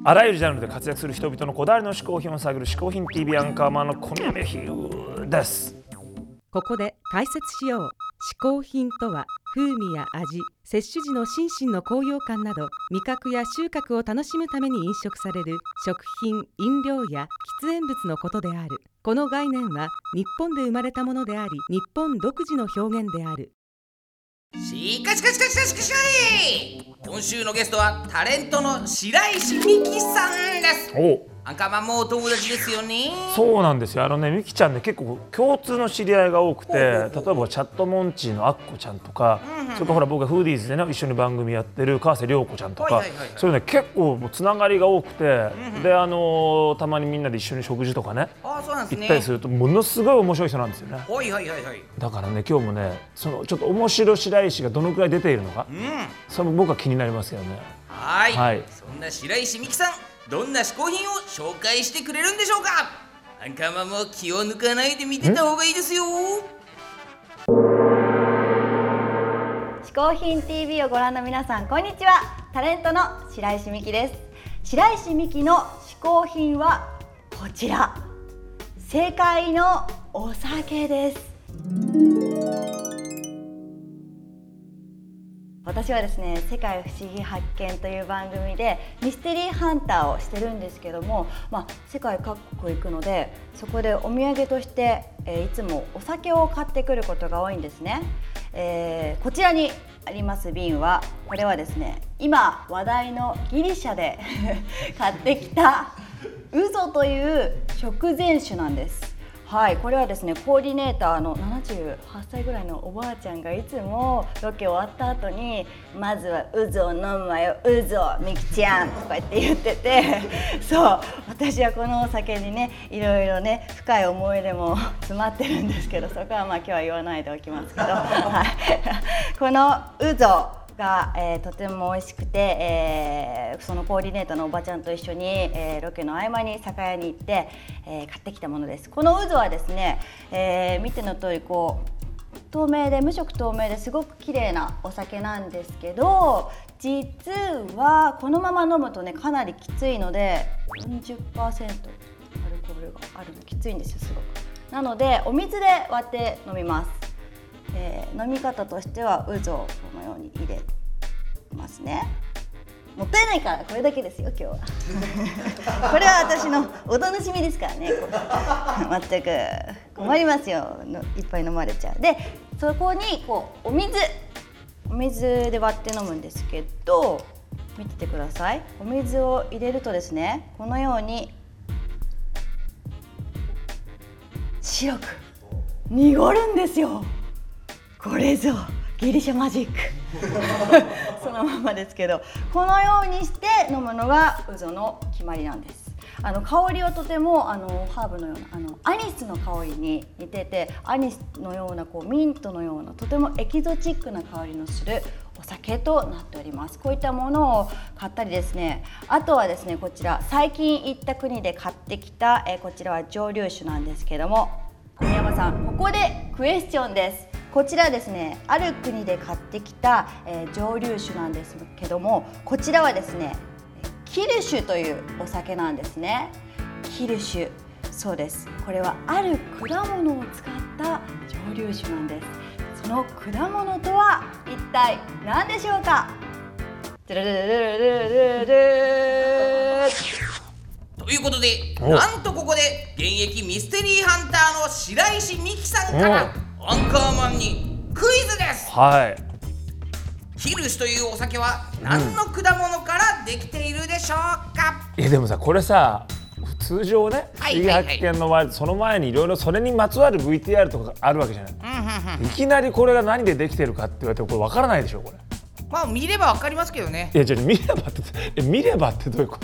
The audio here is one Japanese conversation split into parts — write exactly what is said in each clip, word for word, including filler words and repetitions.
あらゆるジャンルで活躍する人々のこだわりの嗜好品を探る嗜好品 ティービー アンカーマンの小宮ヒュです。 ここで解説しよう。嗜好品とは風味や味、摂取時の心身の高揚感など味覚や収穫を楽しむために飲食される食品、飲料や喫煙物のことである。この概念は日本で生まれたものであり、日本独自の表現である。 しかしかしかしかしかしかし今週のゲストはタレントの白石美希さんです。 おアンカーマンもお友達ですよね。 そうなんですよ。あのね、みきちゃんね、結構共通の知り合いが多くて、 ほうほうほう例えばチャットモンチーのアッコちゃんとか、うんうん、それからほら僕がフーディーズでね一緒に番組やってる川瀬良子ちゃんとか、はいはいはいはい、そういうね結構もうつながりが多くて、うんうん、であのー、たまにみんなで一緒に食事とかね、 あ、そうなんですね、 行ったりするとものすごい面白い人なんですよね。 はいはいはいはい。 だからね今日もねそのちょっと面白白石がどのくらい出ているのか、うん、それも僕は気になりますよね。 はい、はい、そんな白石美希さん、どんな嗜好品を紹介してくれるんでしょうか。アンカーマンも気を抜かないで見てた方がいいですよ。 嗜好品 ティービー をご覧の皆さん、こんにちは。タレントの白石美希です。白石美希の嗜好品はこちら、世界のお酒です。私はですね、世界不思議発見という番組でミステリーハンターをしてるんですけども、まあ、世界各国行くので、そこでお土産として、えー、いつもお酒を買ってくることが多いんですね。えー、こちらにあります瓶は、これはですね、今話題のギリシャで買ってきたウゾという食前酒なんです。はい、これはですね、コーディネーターのななじゅうはっさいぐらいのおばあちゃんがいつもロケ終わった後に、まずはウゾを飲むわよ、ウゾミキちゃんとか言って言っててそう、私はこのお酒にね、いろいろね深い思い出も詰まってるんですけど、そこはまあ今日は言わないでおきますけど、はい、このウゾが、えー、とても美味しくて、えー、そのコーディネーターのおばちゃんと一緒に、えー、ロケの合間に酒屋に行って、えー、買ってきたものです。このウゾはですね、えー、見ての通りこう透明で無色透明ですごく綺麗なお酒なんですけど、実はこのまま飲むとねかなりきついので よんじゅっパーセント アルコールがあるのきついんですよ、すごく。なのでお水で割って飲みます。えー、飲み方としてはウゾをこのように入れますね。もったいないからこれだけですよ今日はこれは私のお楽しみですからね全く困りますよ、いっぱい飲まれちゃう。でそこにこうお水お水で割って飲むんですけど、見ててください。お水を入れるとですね、このように白く濁るんですよ。これぞギリシャマジックそのままですけど、このようにして飲むのがウゾの決まりなんです。あの香りはとてもあのハーブのようなあのアニスの香りに似てて、アニスのようなこうミントのようなとてもエキゾチックな香りのするお酒となっております。こういったものを買ったりですね、あとはですね、こちら最近行った国で買ってきた、えこちらは蒸留酒なんですけども、小宮山さん、ここでクエスチョンです。こちらですね、ある国で買ってきた、えー、蒸留酒なんですけども、こちらはですね、キルシュというお酒なんですね。キルシュ、そうです。これはある果物を使った蒸留酒なんです。その果物とは一体何でしょうか。ドゥルルルルルルルルということで、なんとここで現役ミステリーハンターの白石美希さんからアンカーマンにクイズです。 はい。 キルシュというお酒は何の果物からできているでしょうか。 うん、えでもさ、これさ、通常ね、不思議発見の前、その前にいろいろそれにまつわる ブイティーアール とかがあるわけじゃない、うんうんうん、いきなりこれが何でできてるかって言われてこれ分からないでしょ、これ。 まあ見れば分かりますけどね。 いや、じゃあ見ればってえ見ればってどういうこと。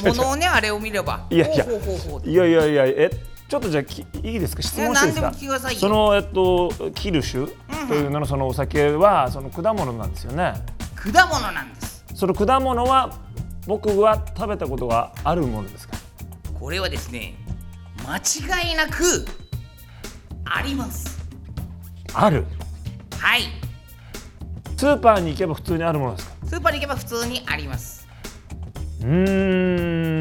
ものをね、あれを見れば。 いやいやいやいやいや、えちょっとじゃあきいいですか、質問していいですか。 何でも聞きくださいよ。 そのえっとキルシュというののそのお酒はその果物なんですよね。 果物なんです。 その果物は僕は食べたことがあるものですか。 これはですね、間違いなくあります。 ある。 はい。 スーパーに行けば普通にあるものですか。 スーパーに行けば普通にあります。 うーん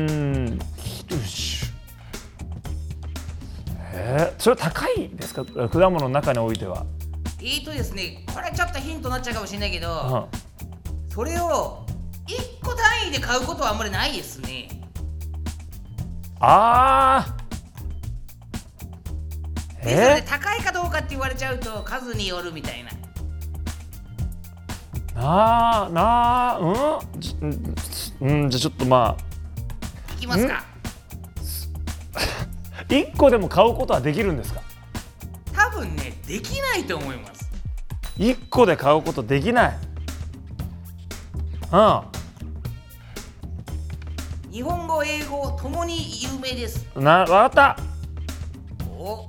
それは高いですか、果物の中においては。 えーとですね、これちょっとヒントになっちゃうかもしれないけど、 うん、 それをいっこ単位で買うことはあんまりないですね。 あー、 でそれでえ高いかどうかって言われちゃうと数によるみたいな。 ー、なあなあうんじうんじゃあちょっとまいきますか。 あいっこでも買うことはできるんですか。 多分ね、できないと思います。 いっこで買うことできない。う日本語、英語ともに有名です。 ん、な、わかった。 お、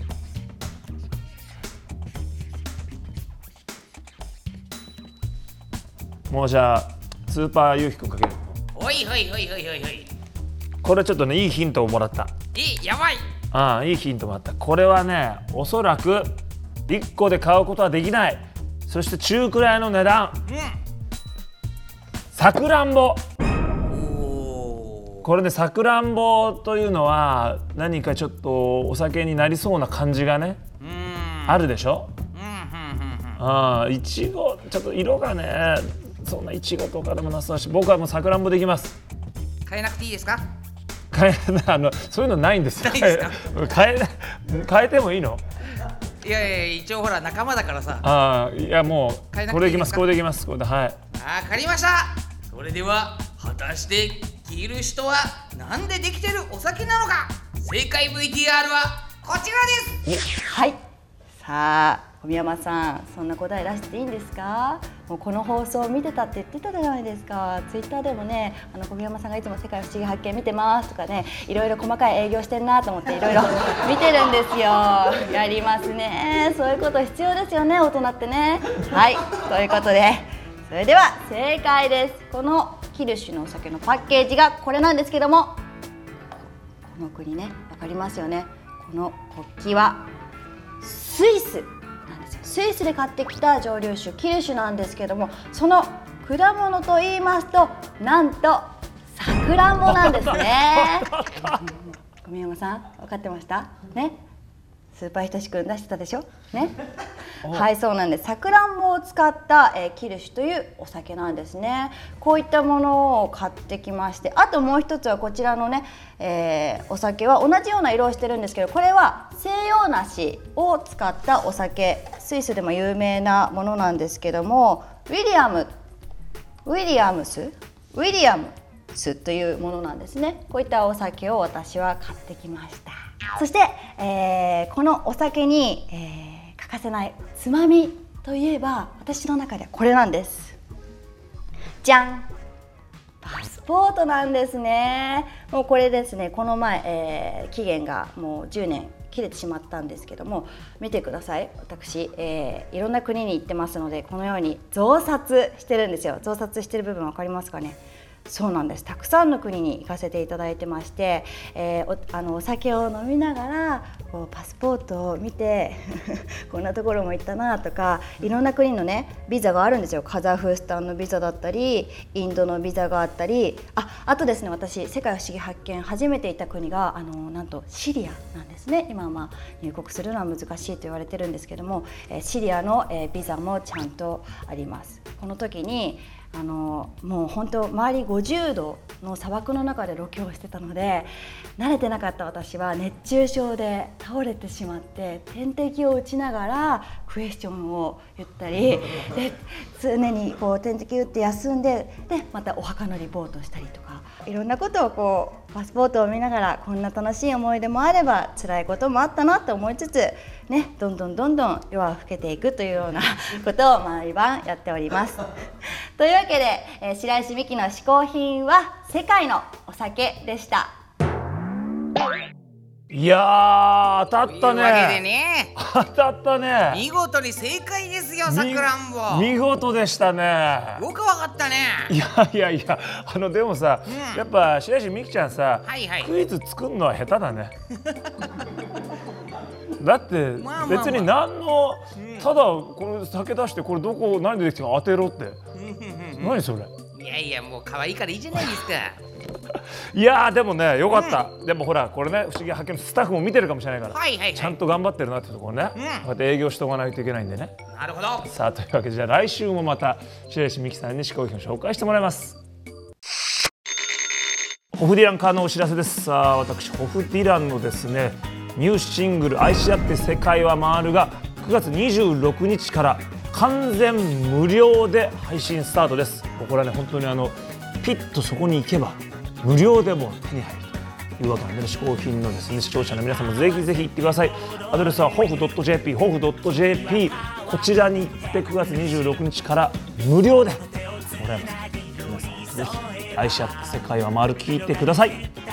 もうじゃあスーパーゆうひくんかける。 おいおいおいおいおいおい。 これちょっとね、いいヒントをもらった。 え、やばい。 ああ、いいヒントもらった。これはね、おそらくいっこで買うことはできない。そして中くらいの値段。さくらんぼ。 うん。おこれでさくらんぼというのは何かちょっとお酒になりそうな感じがね、 ー。うん。 あるでしょ。 うんうんうんうん。 ああ、いちごちょっと色がね、そんないちごとかでもなさそうだし、僕はもうさくらんぼでいきます。 変えなくていいですか？ 変えあのそういうのないんですよ。 ないですか？ 変え変えてもいいの？ いやいや、一応ほら仲間だからさ。 ああ、いやも変えなくていいですか？ うこれでいきます。これでいきます。これで、はい。 わかりました。それでは果たしてキルシュとはなんでできてるお酒なのか。正解 ブイティーアール はこちらです。 はい。さあ小宮山さん、そんな答え出していいんですか？もうこの放送を見てたって言ってたじゃないですか。ツイッターでもね、あの小宮山さんがいつも世界不思議発見見てますとかね、いろいろ細かい営業してんなと思っていろいろ見てるんですよ。やりますね。そういうこと必要ですよね、大人ってね。はい、ということでそれでは正解です。このキルシュのお酒のパッケージがこれなんですけども、この国ね、わかりますよね。この国旗はスイスなんですよ。スイスで買ってきた蒸留酒キルシュなんですけども、その果物と言いますとなんとさくらんぼなんですね。小宮山さん分かってましたね。スーパーひとしくん出してたでしょね。はい、そうなんです。さくらんぼを使った、えー、キルシュというお酒なんですね。こういったものを買ってきまして、あともう一つはこちらのね、えー、お酒は同じような色をしてるんですけど、これは西洋梨を使ったお酒、スイスでも有名なものなんですけども、ウィリアムウィリアムスウィリアムスというものなんですね。こういったお酒を私は買ってきました。そして、えー、このお酒に、えー、欠かせないつまみといえば、私の中ではこれなんです。じゃん、パスポートなんですね。もうこれですね、この前、えー、期限がもうじゅうねん切れてしまったんですけども、見てください。私、えー、いろんな国に行ってますので、このように増刷してるんですよ。増刷してる部分分かりますかね。そうなんです。たくさんの国に行かせていただいてまして、えー、お, あのお酒を飲みながらこうパスポートを見てこんなところも行ったなとか、いろんな国のねビザがあるんですよ。カザフスタンのビザだったり、インドのビザがあったり、ああとですね、私世界不思議発見初めて行った国があのなんとシリアなんですね。今はまあ入国するのは難しいと言われてるんですけども、えー、シリアの、えー、ビザもちゃんとあります。この時にあのもう本当周りごじゅうどの砂漠の中でロケをしてたので、慣れてなかった私は熱中症で倒れてしまって、点滴を打ちながらクエスチョンを言ったりで、常にこう点滴打って休んで、でまたお墓のリポートをしたりとか、いろんなことをこうパスポートを見ながら、こんな楽しい思い出もあれば辛いこともあったなと思いつつね、どんどんどんどん夜は更けていくというようなことを毎晩やっております。というわけで、えー、白石美希の嗜好品は世界のお酒でした。 いやー、当たったね。 というわけでね、 当たったね。 見事に正解ですよ、さくらんぼ。 見事でしたね。 よくわかったね。 いやいやいや、あのでもさ、うん、やっぱ白石美希ちゃんさ、はいはい、クイズ作るのは下手だね。だって別に何の、ただこれ酒出して、これどこ何でできてるか当てろって何それ。 いやいや、もう可愛いからいいじゃないですか。 いやーでもねよかった、うん、でもほらこれね不思議発見のスタッフも見てるかもしれないから、 はいはいはい、 ちゃんと頑張ってるなってところね、うん、こうやって営業しておかないといけないんでね。 なるほど。 さあというわけでじゃあ来週もまた白石美希さんに試行品を紹介してもらいます。ホフディランからのお知らせです。さあ私ホフディランのですねニューシングル愛し合って世界は回るがくがつにじゅうろくにちから完全無料で配信スタートです。これはね本当にあのピッとそこに行けば無料でも手に入るというわけなんで、ね、試行品のですね視聴者の皆さんもぜひぜひ行ってください。アドレスは ホフドットジェーピー ホフドットジェーピー こちらに行ってくがつにじゅうろくにちから無料でもらえます。皆さんぜひ愛し合って世界は回る聞いてください。